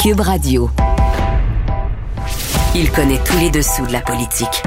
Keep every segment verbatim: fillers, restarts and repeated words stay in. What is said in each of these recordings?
Cube Radio. Il connaît tous les dessous de la politique.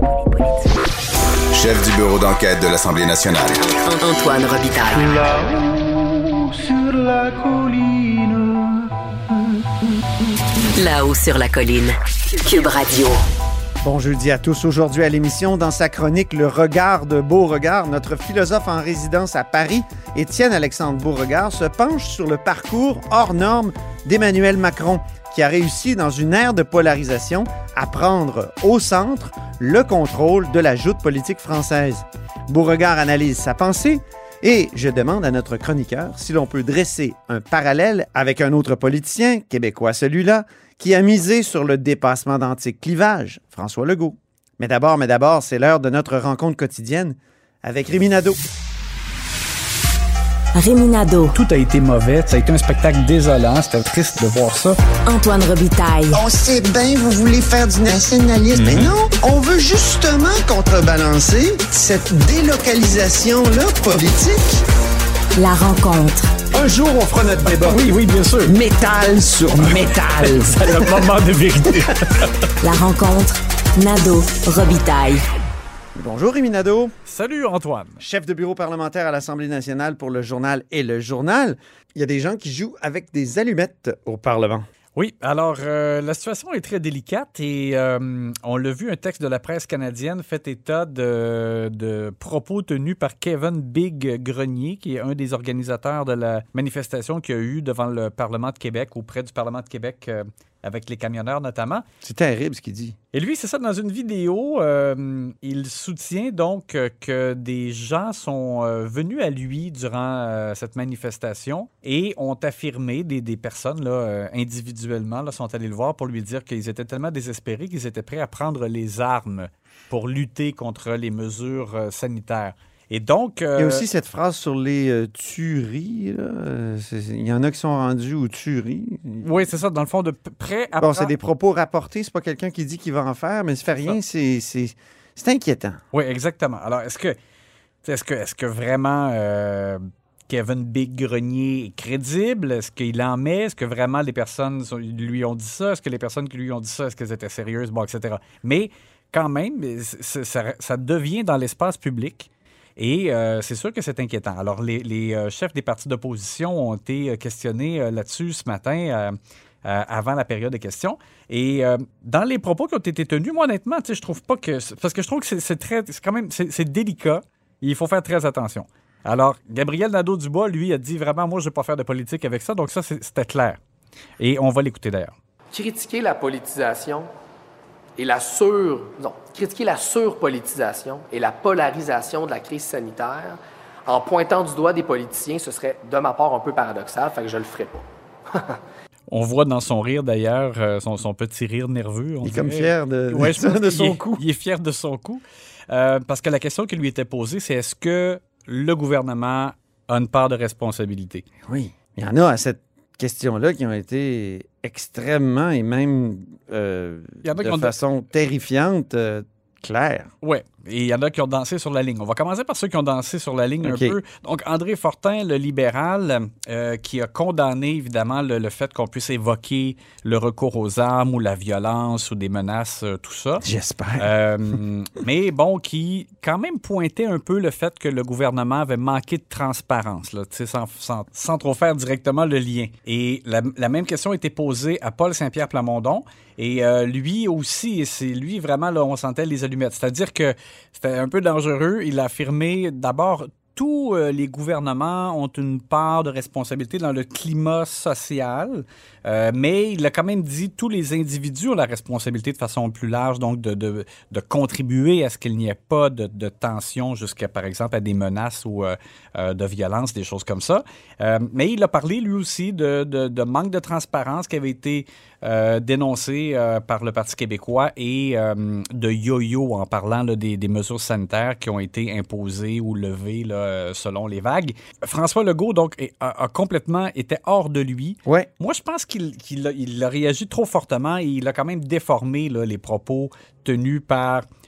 Chef du bureau d'enquête de l'Assemblée nationale. Antoine Robitaille. Là-haut sur la colline. Là-haut sur la colline. Cube Radio. Bon jeudi à tous. Aujourd'hui à l'émission, dans sa chronique Le regard de Beauregard, notre philosophe en résidence à Paris, Étienne-Alexandre Beauregard, se penche sur le parcours hors norme d'Emmanuel Macron, qui a réussi dans une ère de polarisation à prendre au centre le contrôle de la joute politique française. Beauregard analyse sa pensée et je demande à notre chroniqueur si l'on peut dresser un parallèle avec un autre politicien, québécois celui-là, qui a misé sur le dépassement d'antiques clivages, François Legault. Mais d'abord, mais d'abord, c'est l'heure de notre rencontre quotidienne avec Rémi Nadeau. Rémi Nadeau. Tout a été mauvais. Ça a été un spectacle désolant. C'était triste de voir ça. Antoine Robitaille. On sait bien, vous voulez faire du nationalisme. Mm-hmm. Mais non, on veut justement contrebalancer cette délocalisation-là politique. La rencontre. Un jour, on fera notre débat. Oui, oui, bien sûr. Métal sur métal. C'est le moment de vérité. La rencontre. Nadeau, Robitaille. Bonjour Rémi Nadeau. Salut Antoine. Chef de bureau parlementaire à l'Assemblée nationale pour le journal et le journal. Il y a des gens qui jouent avec des allumettes au Parlement. Oui, alors euh, la situation est très délicate et euh, on l'a vu, un texte de la presse canadienne fait état de, de propos tenus par Kevin Big Grenier, qui est un des organisateurs de la manifestation qu'il y a eu devant le Parlement de Québec, auprès du Parlement de Québec, euh, avec les camionneurs notamment. C'est terrible ce qu'il dit. Et lui, c'est ça, dans une vidéo, euh, il soutient donc euh, que des gens sont euh, venus à lui durant euh, cette manifestation et ont affirmé, des, des personnes là, euh, individuellement là, sont allées le voir pour lui dire qu'ils étaient tellement désespérés qu'ils étaient prêts à prendre les armes pour lutter contre les mesures euh, sanitaires. Et donc, euh... il y a aussi cette phrase sur les euh, tueries. Là. Il y en a qui sont rendus aux tueries. Oui, c'est ça. Dans le fond, de près à... Bon, c'est des propos rapportés. C'est pas quelqu'un qui dit qu'il va en faire, mais ça fait rien. C'est, c'est, c'est inquiétant. Oui, exactement. Alors, est-ce que, est-ce que, est-ce que vraiment euh, Kevin Big Grenier est crédible? Est-ce qu'il en met? Est-ce que vraiment les personnes lui ont dit ça? Est-ce que les personnes qui lui ont dit ça, est-ce qu'elles étaient sérieuses? Bon, et cetera. Mais quand même, ça, ça devient dans l'espace public. Et euh, c'est sûr que c'est inquiétant. Alors, les, les euh, chefs des partis d'opposition ont été questionnés euh, là-dessus ce matin, euh, euh, avant la période de questions. Et euh, dans les propos qui ont été tenus, moi, honnêtement, je trouve pas que... Parce que je trouve que c'est, c'est très... C'est quand même... C'est, c'est délicat. Il faut faire très attention. Alors, Gabriel Nadeau-Dubois, lui, a dit vraiment, moi, je ne vais pas faire de politique avec ça. Donc ça, c'est, c'était clair. Et on va l'écouter d'ailleurs. Critiquer la politisation et la sur... Non, critiquer la surpolitisation et la polarisation de la crise sanitaire en pointant du doigt des politiciens, ce serait, de ma part, un peu paradoxal, fait que je le ferai pas. On voit dans son rire, d'ailleurs, euh, son, son petit rire nerveux. On il est dirait. Comme fier de, ouais, je pense de son est, coup. Il est fier de son coup. Euh, parce que la question qui lui était posée, c'est est-ce que le gouvernement a une part de responsabilité? Oui, il y en a à cette questions-là qui ont été extrêmement et même euh, de façon da- terrifiante euh, claires. Oui, et il y en a qui ont dansé sur la ligne. On va commencer par ceux qui ont dansé sur la ligne okay. un peu. Donc, André Fortin, le libéral, euh, qui a condamné évidemment le, le fait qu'on puisse évoquer le recours aux armes ou la violence ou des menaces, euh, tout ça. J'espère. Euh, mais bon, qui quand même pointait un peu le fait que le gouvernement avait manqué de transparence, là, sans, sans, sans trop faire directement le lien. Et la, la même question a été posée à Paul Saint-Pierre Plamondon. Et euh, lui aussi, c'est lui vraiment, là, on sentait les allumettes. C'est-à-dire que c'était un peu dangereux. Il a affirmé d'abord tous euh, les gouvernements ont une part de responsabilité dans le climat social, euh, mais il a quand même dit tous les individus ont la responsabilité de façon plus large, donc de, de, de contribuer à ce qu'il n'y ait pas de, de tension jusqu'à, par exemple, à des menaces ou euh, euh, de violence, des choses comme ça. Euh, mais il a parlé, lui aussi, de, de, de manque de transparence qui avait été euh, dénoncé euh, par le Parti québécois et euh, de yo-yo en parlant là, des, des mesures sanitaires qui ont été imposées ou levées là, selon les vagues. François Legault, donc, a, a complètement été hors de lui. Ouais. Moi, je pense qu'il, qu'il a, il a réagi trop fortement et il a quand même déformé là, les propos tenus par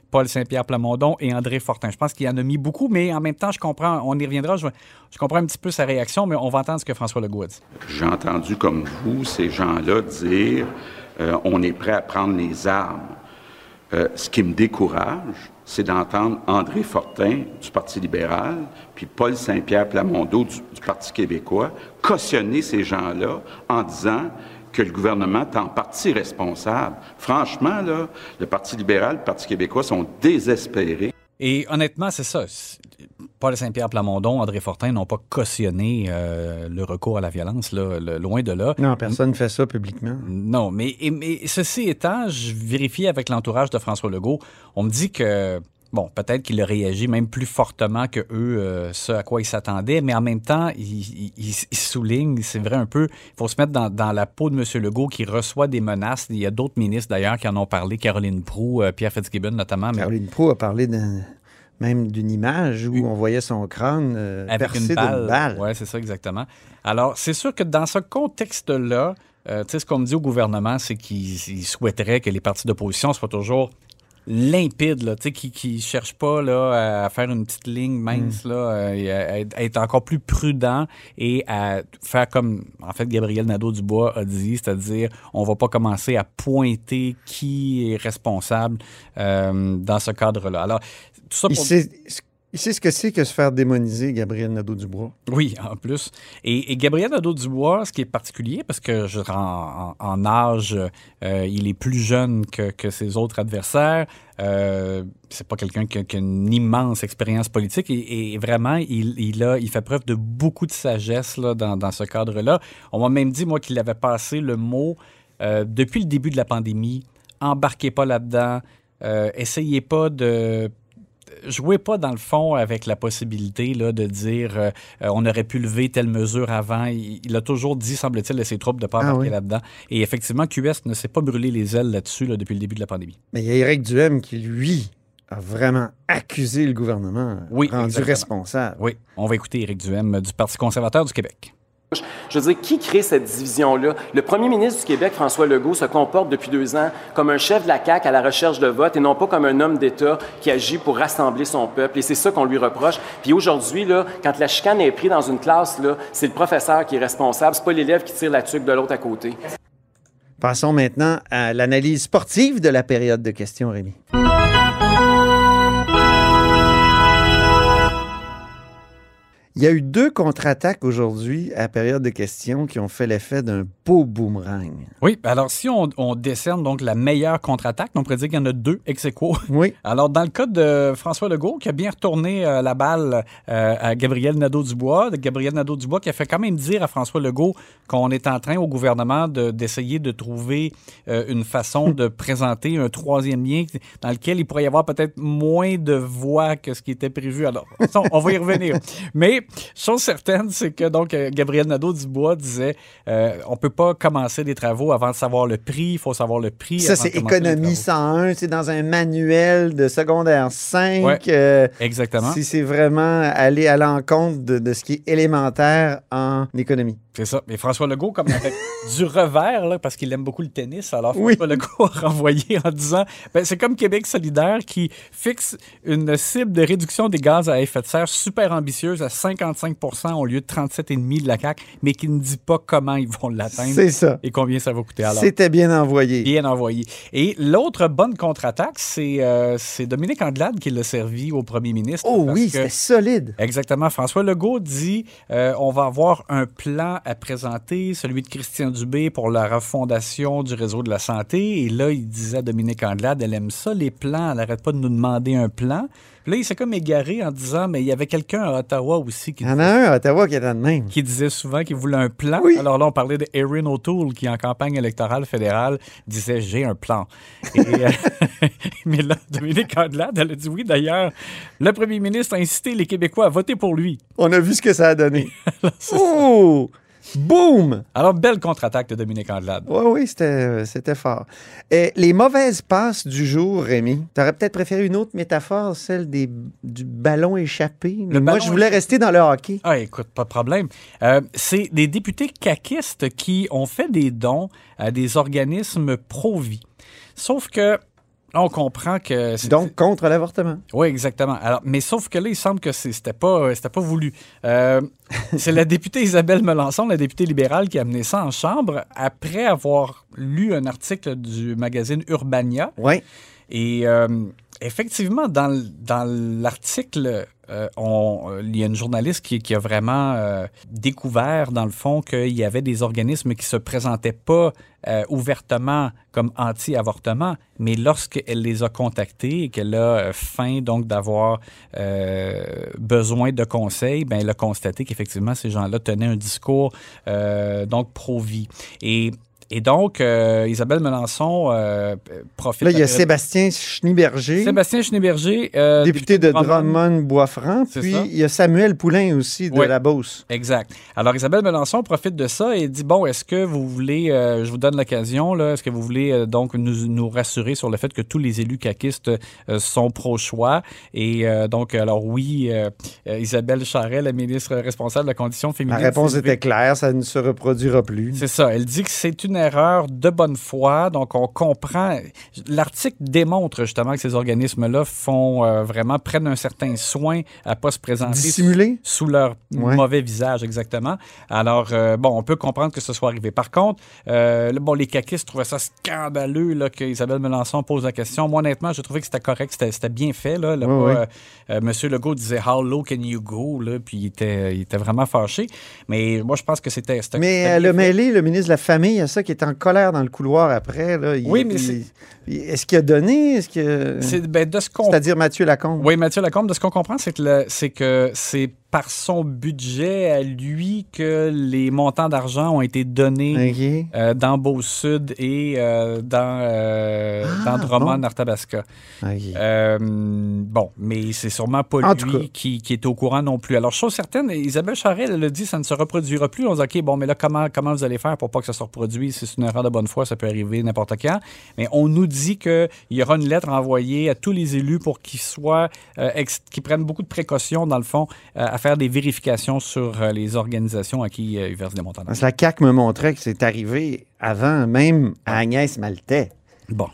Paul Saint-Pierre Plamondon et André Fortin. Je pense qu'il en a mis beaucoup, mais en même temps, je comprends, on y reviendra, je, je comprends un petit peu sa réaction, mais on va entendre ce que François Legault a dit. J'ai entendu, comme vous, ces gens-là dire euh, on est prêt à prendre les armes. Euh, ce qui me décourage, c'est d'entendre André Fortin du Parti libéral puis Paul Saint-Pierre Plamondon du, du Parti québécois cautionner ces gens-là en disant que le gouvernement est en partie responsable. Franchement, là, le Parti libéral et le Parti québécois sont désespérés. Et honnêtement, c'est ça. Paul Saint-Pierre Plamondon, André Fortin n'ont pas cautionné euh, le recours à la violence, là, le, loin de là. Non, personne ne fait ça publiquement. Non, mais, et, mais ceci étant, je vérifie avec l'entourage de François Legault, on me dit que, bon, peut-être qu'il a réagi même plus fortement que eux, euh, ce à quoi ils s'attendaient, mais en même temps, il, il, il, il souligne, c'est vrai un peu, il faut se mettre dans, dans la peau de M. Legault qui reçoit des menaces. Il y a d'autres ministres d'ailleurs qui en ont parlé, Caroline Proulx, euh, Pierre Fitzgibbon notamment. Mais... Caroline Proulx a parlé d'un... même d'une image où on voyait son crâne euh, avec percé une balle. d'une balle. Oui, c'est ça exactement. Alors, c'est sûr que dans ce contexte-là, euh, tu sais, ce qu'on me dit au gouvernement, c'est qu'il souhaiterait que les partis d'opposition soient toujours limpides, là, tu sais, qui ne cherchent pas là, à faire une petite ligne mince, mm. là, et à, à être encore plus prudent et à faire comme, en fait, Gabriel Nadeau-Dubois a dit, c'est-à-dire, on ne va pas commencer à pointer qui est responsable euh, dans ce cadre-là. Alors, tout ça pour... Il sait, il sait ce que c'est que se faire démoniser, Gabriel Nadeau-Dubois. Oui, en plus. Et, et Gabriel Nadeau-Dubois, ce qui est particulier, parce que je, en, en, en âge, euh, il est plus jeune que, que ses autres adversaires. Euh, c'est pas quelqu'un qui a, qui a une immense expérience politique et, et vraiment, il, il, a, il fait preuve de beaucoup de sagesse là, dans, dans ce cadre-là. On m'a même dit, moi, qu'il avait passé le mot euh, depuis le début de la pandémie, embarquez pas là-dedans, euh, essayez pas de... Jouez pas, dans le fond, avec la possibilité là, de dire euh, on aurait pu lever telle mesure avant. Il, il a toujours dit, semble-t-il, à ses troupes de ne pas embarquer ah oui. là-dedans. Et effectivement, Q S ne s'est pas brûlé les ailes là-dessus là, depuis le début de la pandémie. Mais il y a Éric Duhem qui, lui, a vraiment accusé le gouvernement, oui, rendu exactement. responsable. Oui, on va écouter Éric Duhem du Parti conservateur du Québec. Je veux dire, qui crée cette division-là? Le premier ministre du Québec, François Legault, se comporte depuis deux ans comme un chef de la C A Q à la recherche de vote et non pas comme un homme d'État qui agit pour rassembler son peuple. Et c'est ça qu'on lui reproche. Puis aujourd'hui, là, quand la chicane est prise dans une classe, là, c'est le professeur qui est responsable, c'est pas l'élève qui tire la tuque de l'autre à côté. Passons maintenant à l'analyse sportive de la période de questions, Rémi. Il y a eu deux contre-attaques aujourd'hui à la période de questions qui ont fait l'effet d'un beau boomerang. Oui, alors si on, on décerne donc la meilleure contre-attaque, on pourrait dire qu'il y en a deux ex aequo. Oui. Alors dans le cas de François Legault, qui a bien retourné euh, la balle euh, à Gabriel Nadeau-Dubois, de Gabriel Nadeau-Dubois qui a fait quand même dire à François Legault qu'on est en train au gouvernement de, d'essayer de trouver euh, une façon de présenter un troisième lien dans lequel il pourrait y avoir peut-être moins de voix que ce qui était prévu. Alors, on va y revenir. Mais chose certaine, c'est que donc Gabriel Nadeau-Dubois disait euh, on peut pas commencer des travaux avant de savoir le prix, il faut savoir le prix. Ça, c'est Économie cent un, c'est dans un manuel de secondaire cinq. Ouais, euh, exactement. Si c'est vraiment aller à l'encontre de, de ce qui est élémentaire en économie. C'est ça. Et François Legault, comme avec du revers, là, parce qu'il aime beaucoup le tennis, alors oui. François Legault a renvoyé en disant ben, c'est comme Québec solidaire qui fixe une cible de réduction des gaz à effet de serre super ambitieuse à cinquante-cinq pour cent au lieu de trente-sept virgule cinq pour cent de la C A Q, mais qui ne dit pas comment ils vont l'atteindre. C'est ça. Et combien ça va coûter. Alors, c'était bien envoyé. Bien envoyé. Et l'autre bonne contre-attaque, c'est, euh, c'est Dominique Anglade qui l'a servi au premier ministre. Oh oui, que, c'était solide. Exactement. François Legault dit euh, on va avoir un plan à présenter, celui de Christian Dubé pour la refondation du réseau de la santé. Et là, il disait à Dominique Anglade, elle aime ça, les plans, elle n'arrête pas de nous demander un plan. Puis là, il s'est comme égaré en disant, mais il y avait quelqu'un à Ottawa aussi qui... Il y en a un à Ottawa qui était de même. Qui disait souvent qu'il voulait un plan. Oui. Alors là, on parlait de Erin O'Toole qui, en campagne électorale fédérale, disait, j'ai un plan. Et, euh, mais là, Dominique Anglade, elle a dit oui. D'ailleurs, le premier ministre a incité les Québécois à voter pour lui. On a vu ce que ça a donné. Oh! Boum! Alors, belle contre-attaque de Dominique Anglade. Oui, oui, c'était, c'était fort. Et les mauvaises passes du jour, Rémi, tu aurais peut-être préféré une autre métaphore, celle des, du ballon échappé. Mais moi, je voulais échappé. rester dans le hockey. Ah, écoute, pas de problème. Euh, c'est des députés caquistes qui ont fait des dons à des organismes pro-vie. Sauf que Là, on comprend que... C'est, Donc, contre l'avortement. Oui, exactement. Alors, mais sauf que là, il semble que c'est, c'était pas, c'était pas voulu. Euh, c'est la députée Isabelle Melançon, la députée libérale, qui a amené ça en Chambre après avoir lu un article du magazine Urbania. Oui. Et euh, effectivement, dans, dans l'article... Euh, on, il y a une journaliste qui, qui a vraiment euh, découvert, dans le fond, qu'il y avait des organismes qui se présentaient pas euh, ouvertement comme anti-avortement, mais lorsqu'elle les a contactés et qu'elle a faim donc d'avoir euh, besoin de conseils, ben elle a constaté qu'effectivement ces gens-là tenaient un discours euh, donc pro-vie. Et Et donc, euh, Isabelle Melançon euh, profite... Là, il y a Sébastien Schneeberger. Sébastien Schneeberger. Euh, député, député de Drummond-Boisfranc. Puis, ça. Il y a Samuel Poulain aussi de oui, la Beauce. Exact. Alors, Isabelle Melançon profite de ça et dit, bon, est-ce que vous voulez... Euh, je vous donne l'occasion, là. Est-ce que vous voulez euh, donc nous, nous rassurer sur le fait que tous les élus caquistes euh, sont pro-choix? Et euh, donc, alors oui, euh, Isabelle Charest, la ministre responsable de la condition féminine... La réponse était claire, ça ne se reproduira plus. C'est ça. Elle dit que c'est une erreur de bonne foi. Donc, on comprend. L'article démontre justement que ces organismes-là font euh, vraiment, prennent un certain soin à ne pas se présenter Dissimuler? sous leur ouais. mauvais visage, exactement. Alors, euh, bon, on peut comprendre que ce soit arrivé. Par contre, euh, bon, les caquistes trouvaient ça scandaleux là, qu'Isabelle Melançon pose la question. Moi, honnêtement, j'ai trouvé que c'était correct, c'était, c'était bien fait. Là, là, oui, pas, oui. Euh, euh, M. Legault disait « How low can you go? » là, puis il était, il était vraiment fâché. Mais moi, je pense que c'était... c'était mais c'était le mêlé, le ministre de la Famille, il y a ça qui est en colère dans le couloir après. Là. Il, oui, mais il, c'est... Il, est-ce qu'il a donné? Est-ce que... C'est, ben, de ce qu'on... C'est-à-dire Mathieu Lacombe. Oui, Mathieu Lacombe, de ce qu'on comprend, c'est que, le, c'est que c'est par son budget à lui que les montants d'argent ont été donnés okay. euh, dans Beauce-Sud et euh, dans, euh, ah, dans Drummond-Arthabasca. Bon. Okay. Euh, bon, mais c'est sûrement pas en lui qui, qui est au courant non plus. Alors, chose certaine, Isabelle Charest, elle a dit ça ne se reproduira plus. On dit, OK, bon, mais là, comment, comment vous allez faire pour pas que ça se reproduise? Si c'est une erreur de bonne foi, ça peut arriver n'importe quand. Mais on nous dit qu'il y aura une lettre envoyée à tous les élus pour qu'ils soient, euh, ex- qu'ils prennent beaucoup de précautions, dans le fond, euh, à faire des vérifications sur euh, les organisations à qui euh, ils versent des montants d'argent. La C A Q me montrait que c'est arrivé avant même à Agnès Maltais. Bon.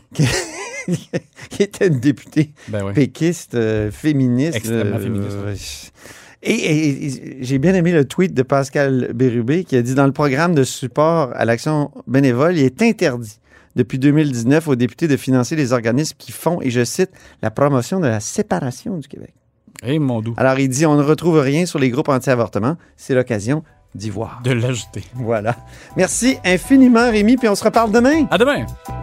qui était une députée ben oui. péquiste, euh, féministe. Extrêmement euh, féministe. Euh, et, et, et j'ai bien aimé le tweet de Pascal Bérubé qui a dit « Dans le programme de support à l'action bénévole, il est interdit depuis deux mille dix-neuf aux députés de financer les organismes qui font, et je cite, la promotion de la séparation du Québec. » Eh, mon doux. Alors, il dit, on ne retrouve rien sur les groupes anti-avortement. C'est l'occasion d'y voir. De l'ajouter. Voilà. Merci infiniment, Rémi, puis on se reparle demain. À demain.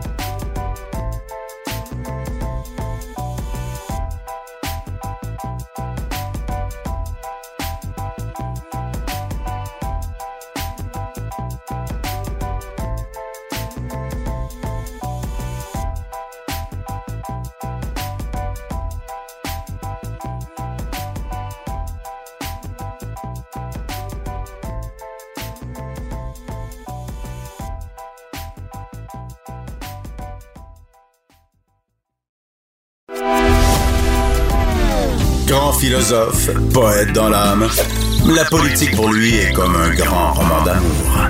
Grand philosophe, poète dans l'âme, la politique pour lui est comme un grand roman d'amour.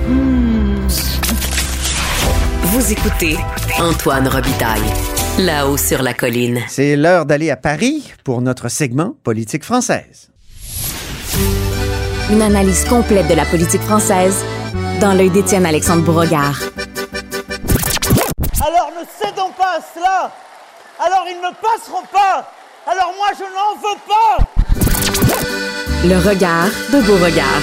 Vous écoutez Antoine Robitaille, là-haut sur la colline. C'est l'heure d'aller à Paris pour notre segment Politique française. Une analyse complète de la politique française dans l'œil d'Étienne Alexandre Beauregard. Alors ne cédons pas à cela. Alors ils ne passeront pas. Alors moi, je n'en veux pas! Le regard de Beauregard.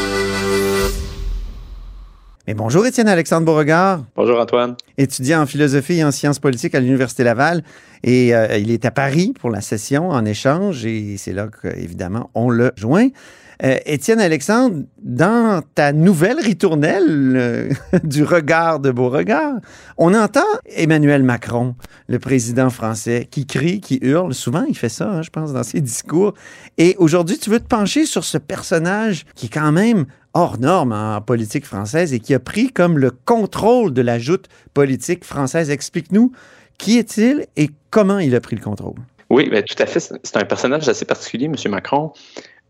Mais bonjour, Étienne Alexandre Beauregard. Bonjour, Antoine. Étudiant en philosophie et en sciences politiques à l'Université Laval. Et euh, il est à Paris pour la session en échange. Et c'est là qu'évidemment, on le joint. Euh, Étienne Alexandre, dans ta nouvelle ritournelle euh, du regard de Beauregard, on entend Emmanuel Macron, le président français, qui crie, qui hurle. Souvent, il fait ça, hein, je pense, dans ses discours. Et aujourd'hui, tu veux te pencher sur ce personnage qui est quand même hors norme en politique française et qui a pris comme le contrôle de la joute politique française. Explique-nous, qui est-il et comment il a pris le contrôle? Oui, bien, tout à fait. C'est un personnage assez particulier, M. Macron.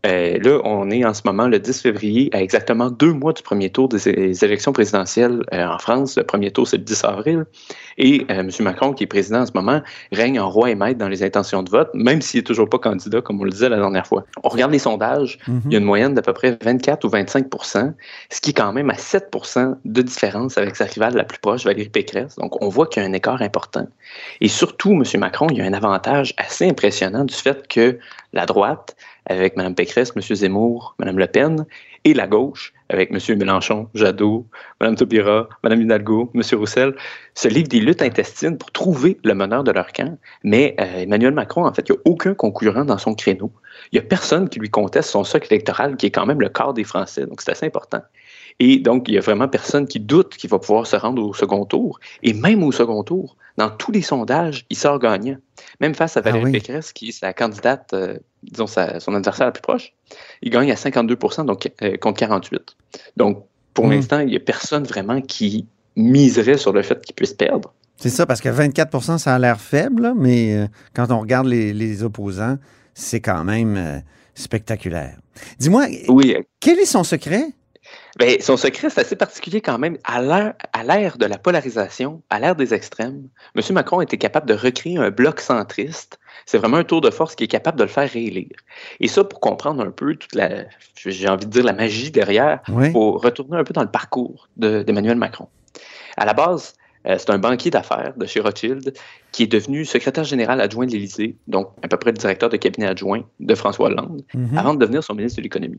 Euh, là, on est en ce moment le dix février, à exactement deux mois du premier tour des, des élections présidentielles euh, en France. Le premier tour, c'est le dix avril. Et euh, M. Macron, qui est président en ce moment, règne en roi et maître dans les intentions de vote, même s'il n'est toujours pas candidat, comme on le disait la dernière fois. On regarde les sondages, mm-hmm. il y a une moyenne d'à peu près vingt-quatre ou vingt-cinq pour cent, ce qui est quand même à sept pour cent de différence avec sa rivale la plus proche, Valérie Pécresse. Donc, on voit qu'il y a un écart important. Et surtout, M. Macron, il y a un avantage assez impressionnant du fait que la droite, avec Mme Pécresse, M. Zemmour, Mme Le Pen, et la gauche, avec M. Mélenchon, Jadot, Mme Taubira, Mme Hidalgo, M. Roussel, se livrent des luttes intestines pour trouver le meneur de leur camp. Mais euh, Emmanuel Macron, en fait, il n'y a aucun concurrent dans son créneau. Il n'y a personne qui lui conteste son socle électoral, qui est quand même le quart des Français. Donc, c'est assez important. Et donc, il n'y a vraiment personne qui doute qu'il va pouvoir se rendre au second tour. Et même au second tour, dans tous les sondages, il sort gagnant. Même face à Valérie ah oui. Pécresse, qui est sa candidate, euh, disons sa, son adversaire la plus proche, il gagne à cinquante-deux pour cent donc, euh, contre quarante-huit. Donc, pour mmh. l'instant, il n'y a personne vraiment qui miserait sur le fait qu'il puisse perdre. C'est ça, parce que vingt-quatre pour cent, ça a l'air faible, là, mais euh, quand on regarde les, les opposants, c'est quand même euh, spectaculaire. Dis-moi, oui. quel est son secret? Bien, son secret, c'est assez particulier quand même. À l'ère, à l'ère de la polarisation, à l'ère des extrêmes, M. Macron était capable de recréer un bloc centriste. C'est vraiment un tour de force qui est capable de le faire réélire. Et ça, pour comprendre un peu toute la, j'ai envie de dire, la magie derrière, il oui. faut retourner un peu dans le parcours de, d'Emmanuel Macron. À la base, euh, c'est un banquier d'affaires de chez Rothschild qui est devenu secrétaire général adjoint de l'Élysée, donc à peu près le directeur de cabinet adjoint de François Hollande, mm-hmm. avant de devenir son ministre de l'Économie.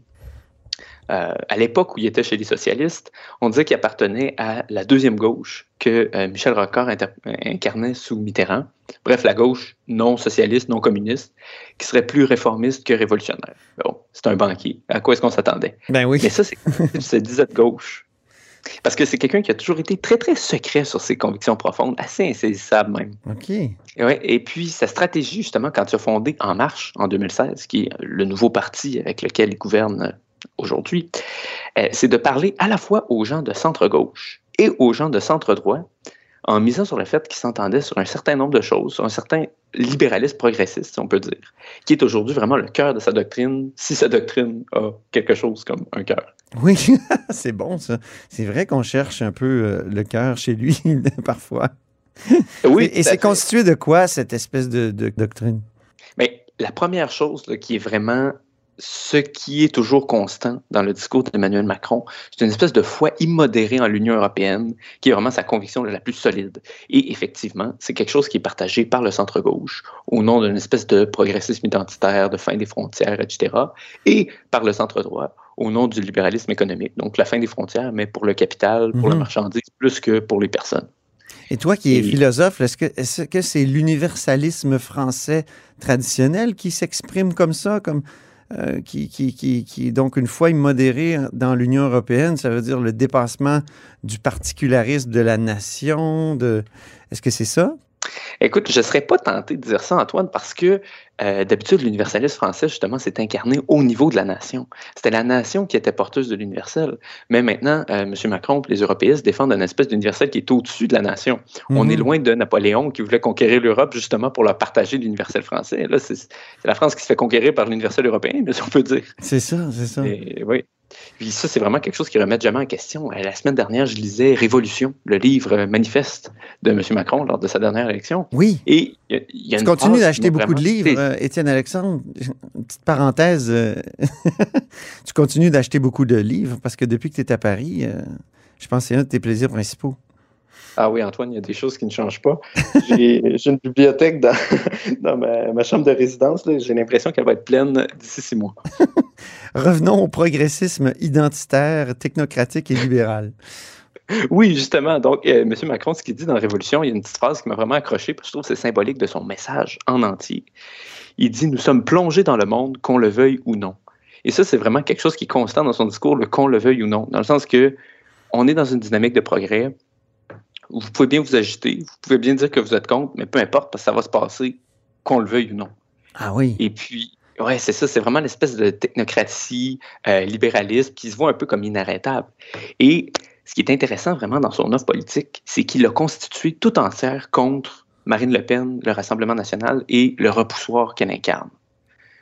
Euh, à l'époque où il était chez les socialistes, on disait qu'il appartenait à la deuxième gauche que euh, Michel Rocard inter- incarnait sous Mitterrand. Bref, la gauche non socialiste, non communiste, qui serait plus réformiste que révolutionnaire. Bon, c'est un banquier. À quoi est-ce qu'on s'attendait? Ben oui. Mais ça, c'est cette disette gauche. Parce que c'est quelqu'un qui a toujours été très, très secret sur ses convictions profondes, assez insaisissable même. OK. Ouais, et puis, sa stratégie, justement, quand il a fondé En Marche en deux mille seize, qui est le nouveau parti avec lequel il gouverne aujourd'hui, euh, c'est de parler à la fois aux gens de centre-gauche et aux gens de centre-droit en misant sur le fait qu'ils s'entendaient sur un certain nombre de choses, sur un certain libéralisme progressiste, si on peut dire, qui est aujourd'hui vraiment le cœur de sa doctrine, si sa doctrine a quelque chose comme un cœur. Oui, c'est bon ça. C'est vrai qu'on cherche un peu euh, le cœur chez lui, parfois. Oui. Et, et c'est fait. Constitué de quoi, cette espèce de, de doctrine? Mais la première chose là, qui est vraiment ce qui est toujours constant dans le discours d'Emmanuel Macron, c'est une espèce de foi immodérée en l'Union européenne, qui est vraiment sa conviction la plus solide. Et effectivement, c'est quelque chose qui est partagé par le centre-gauche, au nom d'une espèce de progressisme identitaire, de fin des frontières, et cetera, et par le centre-droit, au nom du libéralisme économique. Donc la fin des frontières, mais pour le capital, pour mm-hmm. la marchandise, plus que pour les personnes. Et toi qui es Et... philosophe, est-ce que, est-ce que c'est l'universalisme français traditionnel qui s'exprime comme ça, comme... Euh, qui, qui, qui, qui est donc une foi immodérée dans l'Union européenne, ça veut dire le dépassement du particularisme de la nation. De... Est-ce que c'est ça? Écoute, je ne serais pas tenté de dire ça, Antoine, parce que euh, d'habitude, l'universalisme français, justement, s'est incarné au niveau de la nation. C'était la nation qui était porteuse de l'universel. Mais maintenant, euh, M. Macron et les européistes défendent une espèce d'universel qui est au-dessus de la nation. Mm-hmm. On est loin de Napoléon qui voulait conquérir l'Europe justement pour leur partager l'universel français. Là, c'est, c'est la France qui se fait conquérir par l'universel européen, si on peut dire. C'est ça, c'est ça. Et, oui. Puis ça, c'est vraiment quelque chose qui ne remet jamais en question. La semaine dernière, je lisais Révolution, le livre manifeste de M. Macron lors de sa dernière élection. Oui. Et il y, y a tu une continues d'acheter beaucoup vraiment... de livres, euh, Étienne Alexandre. Une petite parenthèse. Euh... tu continues d'acheter beaucoup de livres parce que depuis que tu es à Paris, euh, je pense que c'est un de tes plaisirs principaux. Ah oui, Antoine, il y a des choses qui ne changent pas. J'ai, j'ai une bibliothèque dans, dans ma, ma chambre de résidence. Là. J'ai l'impression qu'elle va être pleine d'ici six mois. Revenons au progressisme identitaire, technocratique et libéral. Oui, justement. Donc, euh, M. Macron, ce qu'il dit dans Révolution, il y a une petite phrase qui m'a vraiment accroché parce que je trouve que c'est symbolique de son message en entier. Il dit « Nous sommes plongés dans le monde, qu'on le veuille ou non ». Et ça, c'est vraiment quelque chose qui est constant dans son discours, le « qu'on le veuille ou non », dans le sens que on est dans une dynamique de progrès. Vous pouvez bien vous agiter, vous pouvez bien dire que vous êtes contre, mais peu importe, parce que ça va se passer, qu'on le veuille ou non. Ah oui. Et puis, ouais, c'est ça, c'est vraiment l'espèce de technocratie, euh, libéralisme qui se voit un peu comme inarrêtable. Et ce qui est intéressant vraiment dans son offre politique, c'est qu'il a constitué tout entière contre Marine Le Pen, le Rassemblement national et le repoussoir qu'elle incarne.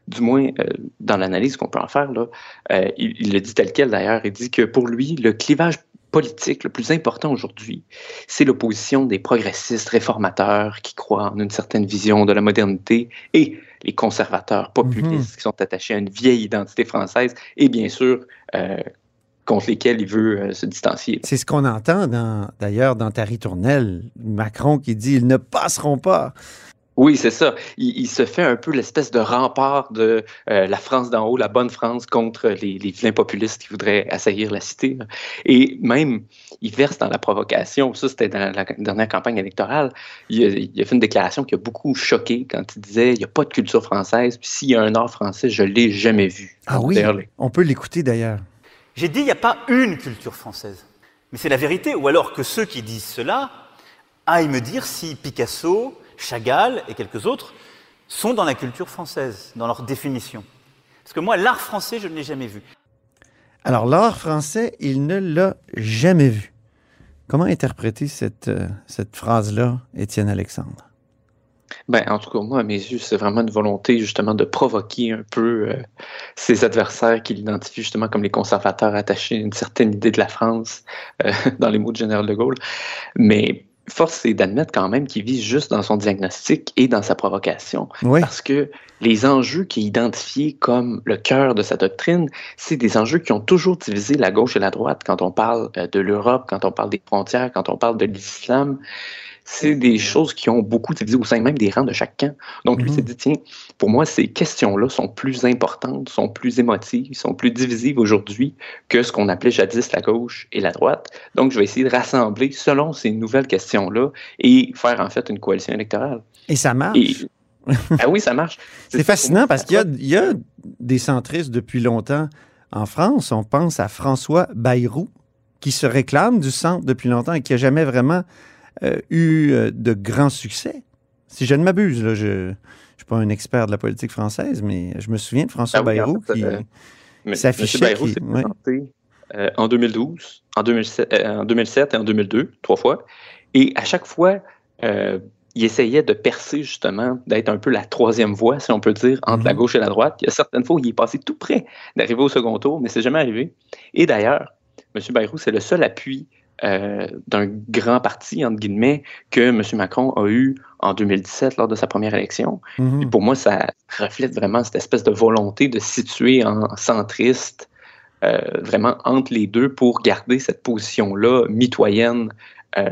du moins euh, dans l'analyse qu'on peut en faire, là, euh, il, il le dit tel quel d'ailleurs, il dit que pour lui, le clivage politique le plus important aujourd'hui, c'est l'opposition des progressistes réformateurs qui croient en une certaine vision de la modernité et les conservateurs populistes mm-hmm. qui sont attachés à une vieille identité française et bien sûr euh, contre lesquels il veut euh, se distancier. C'est ce qu'on entend dans, d'ailleurs dans ta ritournelle, Macron qui dit « ils ne passeront pas ». Oui, c'est ça. Il, il se fait un peu l'espèce de rempart de euh, la France d'en haut, la bonne France, contre les, les vilains populistes qui voudraient assaillir la cité. Là. Et même, il verse dans la provocation. Ça, c'était dans la dernière campagne électorale. Il a, il a fait une déclaration qui a beaucoup choqué quand il disait « il n'y a pas de culture française, puis s'il y a un art français, je ne l'ai jamais vu ». Ah oui, les... on peut l'écouter d'ailleurs. J'ai dit il n'y a pas une culture française. Mais c'est la vérité. Ou alors que ceux qui disent cela aillent me dire si Picasso... Chagall et quelques autres sont dans la culture française, dans leur définition. Parce que moi, l'art français, je ne l'ai jamais vu. Alors, l'art français, il ne l'a jamais vu. Comment interpréter cette, euh, cette phrase-là, Étienne Alexandre? Ben, en tout cas, moi, à mes yeux, c'est vraiment une volonté, justement, de provoquer un peu euh, ses adversaires qu'il identifie, justement, comme les conservateurs attachés à une certaine idée de la France, euh, dans les mots de Général de Gaulle. Mais force est d'admettre quand même qu'il vise juste dans son diagnostic et dans sa provocation. Oui. Parce que les enjeux qu'il a identifiés comme le cœur de sa doctrine, c'est des enjeux qui ont toujours divisé la gauche et la droite. Quand on parle de l'Europe, quand on parle des frontières, quand on parle de l'islam, c'est des choses qui ont beaucoup divisé au sein même des rangs de chaque camp. Donc, mm-hmm. lui s'est dit, tiens, pour moi, ces questions-là sont plus importantes, sont plus émotives, sont plus divisives aujourd'hui que ce qu'on appelait jadis la gauche et la droite. Donc, je vais essayer de rassembler selon ces nouvelles questions-là et faire, en fait, une coalition électorale. Et ça marche. Et... ah oui, ça marche. C'est, c'est fascinant parce qu'il y a, il y a des centristes depuis longtemps en France. On pense à François Bayrou, qui se réclame du centre depuis longtemps et qui n'a jamais vraiment... Euh, eu euh, de grands succès. Si je ne m'abuse, là, je ne suis pas un expert de la politique française, mais je me souviens de François ah oui, Bayrou en fait, qui, euh, qui s'affichait. M. Bayrou qui, s'est ouais. présenté euh, en deux mille douze, en deux mille sept, euh, en deux mille sept et en deux mille deux, trois fois. Et à chaque fois, euh, il essayait de percer justement, d'être un peu la troisième voie, si on peut dire, entre mm-hmm. la gauche et la droite. Il y a certaines fois où il est passé tout près d'arriver au second tour, mais c'est jamais arrivé. Et d'ailleurs, M. Bayrou, c'est le seul appui Euh, d'un grand parti, entre guillemets, que M. Macron a eu en deux mille dix-sept lors de sa première élection. Mm-hmm. Et pour moi, ça reflète vraiment cette espèce de volonté de se situer en centriste, euh, vraiment entre les deux pour garder cette position-là mitoyenne euh,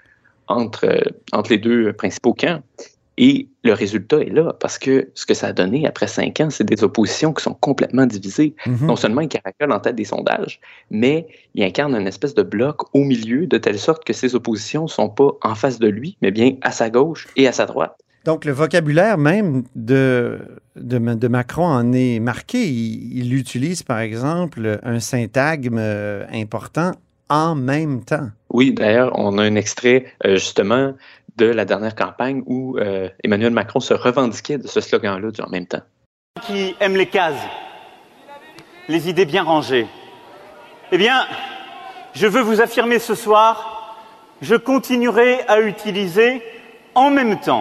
entre, euh, entre les deux principaux camps. Et le résultat est là, parce que ce que ça a donné après cinq ans, c'est des oppositions qui sont complètement divisées. Mm-hmm. Non seulement il caracole en tête des sondages, mais il incarne une espèce de bloc au milieu, de telle sorte que ces oppositions ne sont pas en face de lui, mais bien à sa gauche et à sa droite. Donc le vocabulaire même de, de, de Macron en est marqué. Il, il utilise par exemple un syntagme important, en même temps. Oui, d'ailleurs, on a un extrait euh, justement de la dernière campagne où euh, Emmanuel Macron se revendiquait de ce slogan-là du « en même temps ». Qui aime les cases, les idées bien rangées. Eh bien, je veux vous affirmer ce soir, je continuerai à utiliser « en même temps »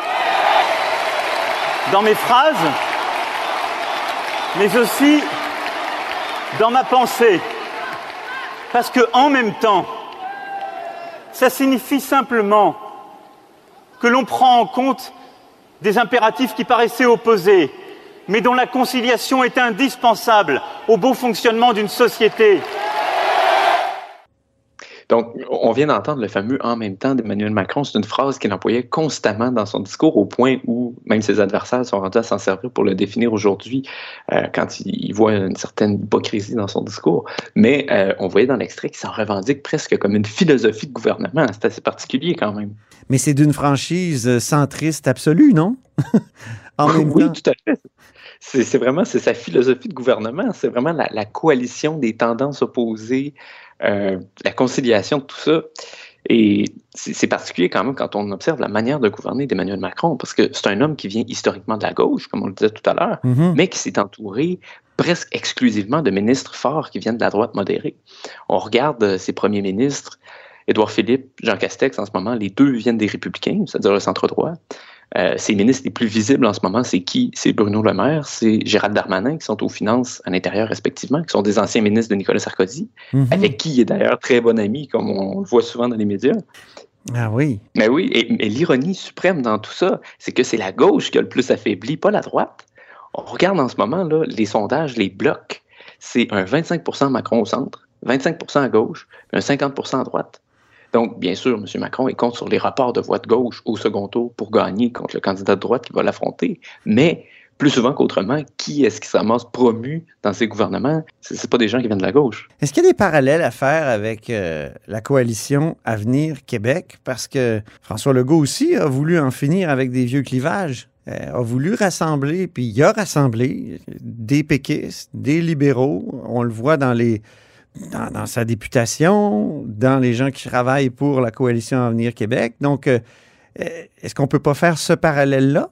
dans mes phrases, mais aussi dans ma pensée. Parce que « en même temps », ça signifie simplement que l'on prend en compte des impératifs qui paraissaient opposés, mais dont la conciliation est indispensable au bon fonctionnement d'une société. Donc, on vient d'entendre le fameux « en même temps » d'Emmanuel Macron. C'est une phrase qu'il employait constamment dans son discours, au point où même ses adversaires sont rendus à s'en servir pour le définir aujourd'hui, euh, quand il, il voit une certaine hypocrisie dans son discours. Mais euh, on voyait dans l'extrait qu'il s'en revendique presque comme une philosophie de gouvernement. C'est assez particulier quand même. Mais c'est d'une franchise centriste absolue, non? En même oui, temps. tout à fait. C'est, c'est vraiment c'est sa philosophie de gouvernement. C'est vraiment la, la coalition des tendances opposées, euh, la conciliation de tout ça. Et c'est, c'est particulier quand même quand on observe la manière de gouverner d'Emmanuel Macron, parce que c'est un homme qui vient historiquement de la gauche, comme on le disait tout à l'heure, mm-hmm. mais qui s'est entouré presque exclusivement de ministres forts qui viennent de la droite modérée. On regarde ses premiers ministres, Édouard Philippe, Jean Castex en ce moment, les deux viennent des Républicains, c'est-à-dire le centre-droit. Euh, ses ministres les plus visibles en ce moment, c'est qui? C'est Bruno Le Maire, c'est Gérald Darmanin, qui sont aux finances à l'intérieur respectivement, qui sont des anciens ministres de Nicolas Sarkozy, mm-hmm. avec qui il est d'ailleurs très bon ami, comme on le voit souvent dans les médias. Ah oui. Mais oui, et, et l'ironie suprême dans tout ça, c'est que c'est la gauche qui a le plus affaibli, pas la droite. On regarde en ce moment là, les sondages, les blocs, c'est un vingt-cinq pour cent Macron au centre, vingt-cinq pour cent à gauche, un cinquante pour cent à droite. Donc, bien sûr, M. Macron, il compte sur les rapports de voix de gauche au second tour pour gagner contre le candidat de droite qui va l'affronter. Mais, plus souvent qu'autrement, qui est-ce qui se ramasse promu dans ces gouvernements? Ce n'est pas des gens qui viennent de la gauche. Est-ce qu'il y a des parallèles à faire avec euh, la coalition Avenir Québec? Parce que François Legault aussi a voulu en finir avec des vieux clivages. Euh, a voulu rassembler, puis il a rassemblé des péquistes, des libéraux. On le voit dans les... Dans, dans sa députation, dans les gens qui travaillent pour la coalition Avenir Québec. Donc, euh, est-ce qu'on ne peut pas faire ce parallèle-là?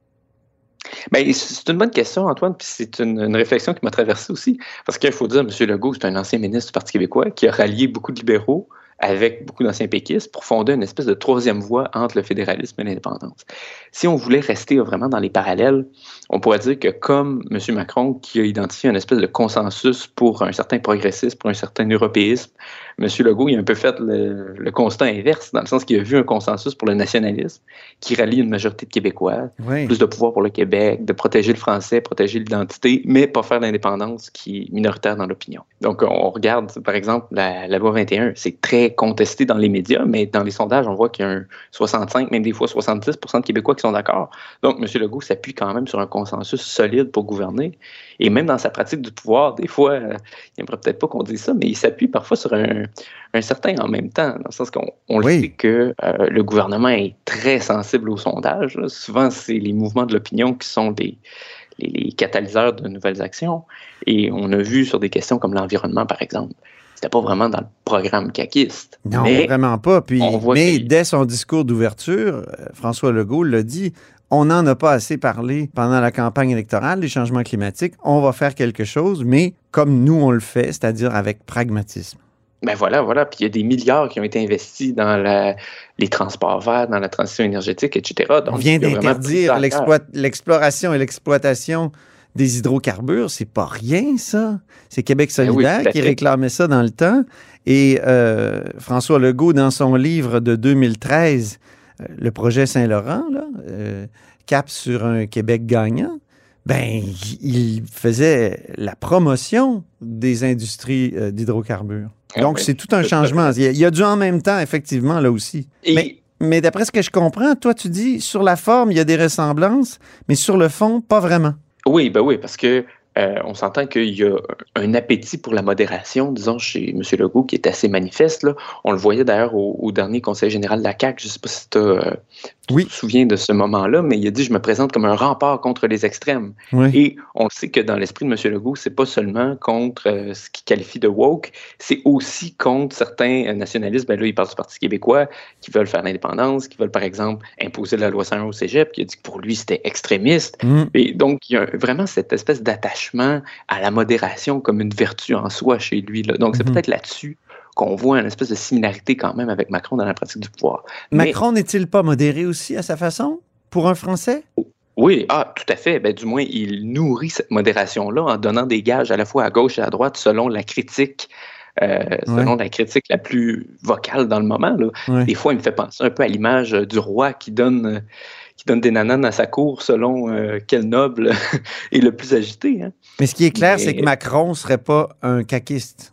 Bien, c'est une bonne question, Antoine, puis c'est une, une réflexion qui m'a traversé aussi. Parce qu'il faut dire, M. Legault, c'est un ancien ministre du Parti québécois qui a rallié beaucoup de libéraux avec beaucoup d'anciens péquistes pour fonder une espèce de troisième voie entre le fédéralisme et l'indépendance. Si on voulait rester vraiment dans les parallèles, on pourrait dire que comme M. Macron, qui a identifié une espèce de consensus pour un certain progressisme, pour un certain européisme, M. Legault, il a un peu fait le, le constat inverse, dans le sens qu'il a vu un consensus pour le nationalisme qui rallie une majorité de Québécois, oui. Plus de pouvoir pour le Québec, de protéger le français, protéger l'identité, mais pas faire l'indépendance qui est minoritaire dans l'opinion. Donc, on regarde, par exemple, la, la loi vingt et un, c'est très contesté dans les médias, mais dans les sondages, on voit qu'il y a un soixante-cinq, même des fois soixante-dix pour cent de Québécois qui sont d'accord. Donc, M. Legault s'appuie quand même sur un consensus solide pour gouverner. Et même dans sa pratique du pouvoir, des fois, euh, il n'aimerait peut-être pas qu'on dise ça, mais il s'appuie parfois sur un, un certain en même temps, dans le sens qu'on on oui. le sait que euh, le gouvernement est très sensible aux sondages. Là. Souvent, c'est les mouvements de l'opinion qui sont des, les, les catalyseurs de nouvelles actions. Et on a vu sur des questions comme l'environnement, par exemple, c'était pas vraiment dans le programme caquiste. Non, mais vraiment pas. Puis, mais que... dès son discours d'ouverture, François Legault l'a dit, on n'en a pas assez parlé pendant la campagne électorale, des changements climatiques. On va faire quelque chose, mais comme nous, on le fait, c'est-à-dire avec pragmatisme. Ben voilà, voilà. Puis il y a des milliards qui ont été investis dans la, les transports verts, dans la transition énergétique, et cetera. Donc, on vient d'interdire l'exploit- l'exploration et l'exploitation des hydrocarbures, c'est pas rien, ça. C'est Québec solidaire oui, qui réclamait ça dans le temps. Et euh, François Legault, dans son livre de deux mille treize, euh, le projet Saint-Laurent, là, euh, cap sur un Québec gagnant, ben, il faisait la promotion des industries euh, d'hydrocarbures. Donc, oui, c'est tout un changement. Il y, a, il y a du en même temps, effectivement, là aussi. Et... Mais, mais d'après ce que je comprends, toi, tu dis, sur la forme, il y a des ressemblances, mais sur le fond, pas vraiment. Oui, ben oui, parce que euh, on s'entend qu'il y a un appétit pour la modération, disons, chez M. Legault, qui est assez manifeste. Là. On le voyait d'ailleurs au, au dernier conseil général de la C A Q. Je ne sais pas si tu euh, oui. te souviens de ce moment-là, mais il a dit « Je me présente comme un rempart contre les extrêmes oui. ». Et on sait que dans l'esprit de M. Legault, c'est pas seulement contre euh, ce qu'il qualifie de woke, c'est aussi contre certains nationalistes. Ben là, il parle du Parti québécois, qui veulent faire l'indépendance, qui veulent, par exemple, imposer la loi cent un au cégep, qui a dit que pour lui, c'était extrémiste. Mm. Et donc, il y a vraiment cette espèce d'attachement à la modération comme une vertu en soi chez lui. Là. Donc, c'est mm-hmm. peut-être là-dessus qu'on voit une espèce de similarité quand même avec Macron dans la pratique du pouvoir. Macron Mais... n'est-il pas modéré aussi à sa façon, pour un Français? Oui, ah, tout à fait. Ben, du moins, il nourrit cette modération-là en donnant des gages à la fois à gauche et à droite selon la critique, euh, selon ouais. la critique la plus vocale dans le moment. Là. Ouais. Des fois, il me fait penser un peu à l'image du roi qui donne... Euh, qui donne des nananes à sa cour selon euh, quel noble est le plus agité. Hein. Mais ce qui est clair, Mais... c'est que Macron ne serait pas un caquiste.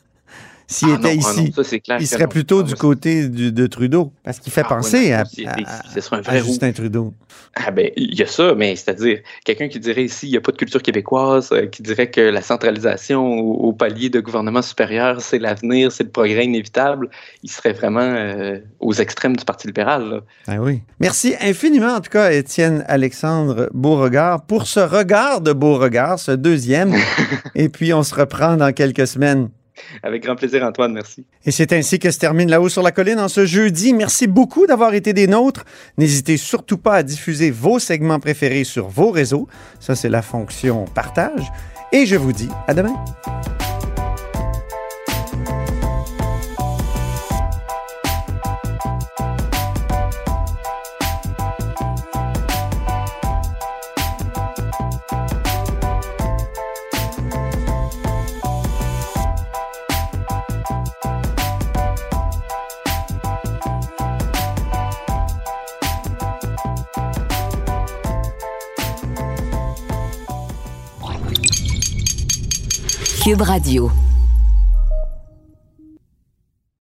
S'il ah était non, ici, ah non, ça, clair il serait plutôt non, du côté du, de Trudeau. Parce qu'il fait ah, penser ouais, non, à, à, ce serait un vrai à Justin roux. Trudeau. Ah ben, il y a ça, mais c'est-à-dire, quelqu'un qui dirait ici, il n'y a pas de culture québécoise, euh, qui dirait que la centralisation au, au palier de gouvernement supérieur, c'est l'avenir, c'est le progrès inévitable, il serait vraiment euh, aux extrêmes du Parti libéral. Là. Ah oui. Merci infiniment, en tout cas, Étienne Alexandre Beauregard, pour ce regard de Beauregard, ce deuxième. Et puis, on se reprend dans quelques semaines. Avec grand plaisir, Antoine, merci. Et c'est ainsi que se termine Là-haut sur la colline en ce jeudi. Merci beaucoup d'avoir été des nôtres. N'hésitez surtout pas à diffuser vos segments préférés sur vos réseaux. Ça, c'est la fonction partage. Et je vous dis à demain. Cube Radio.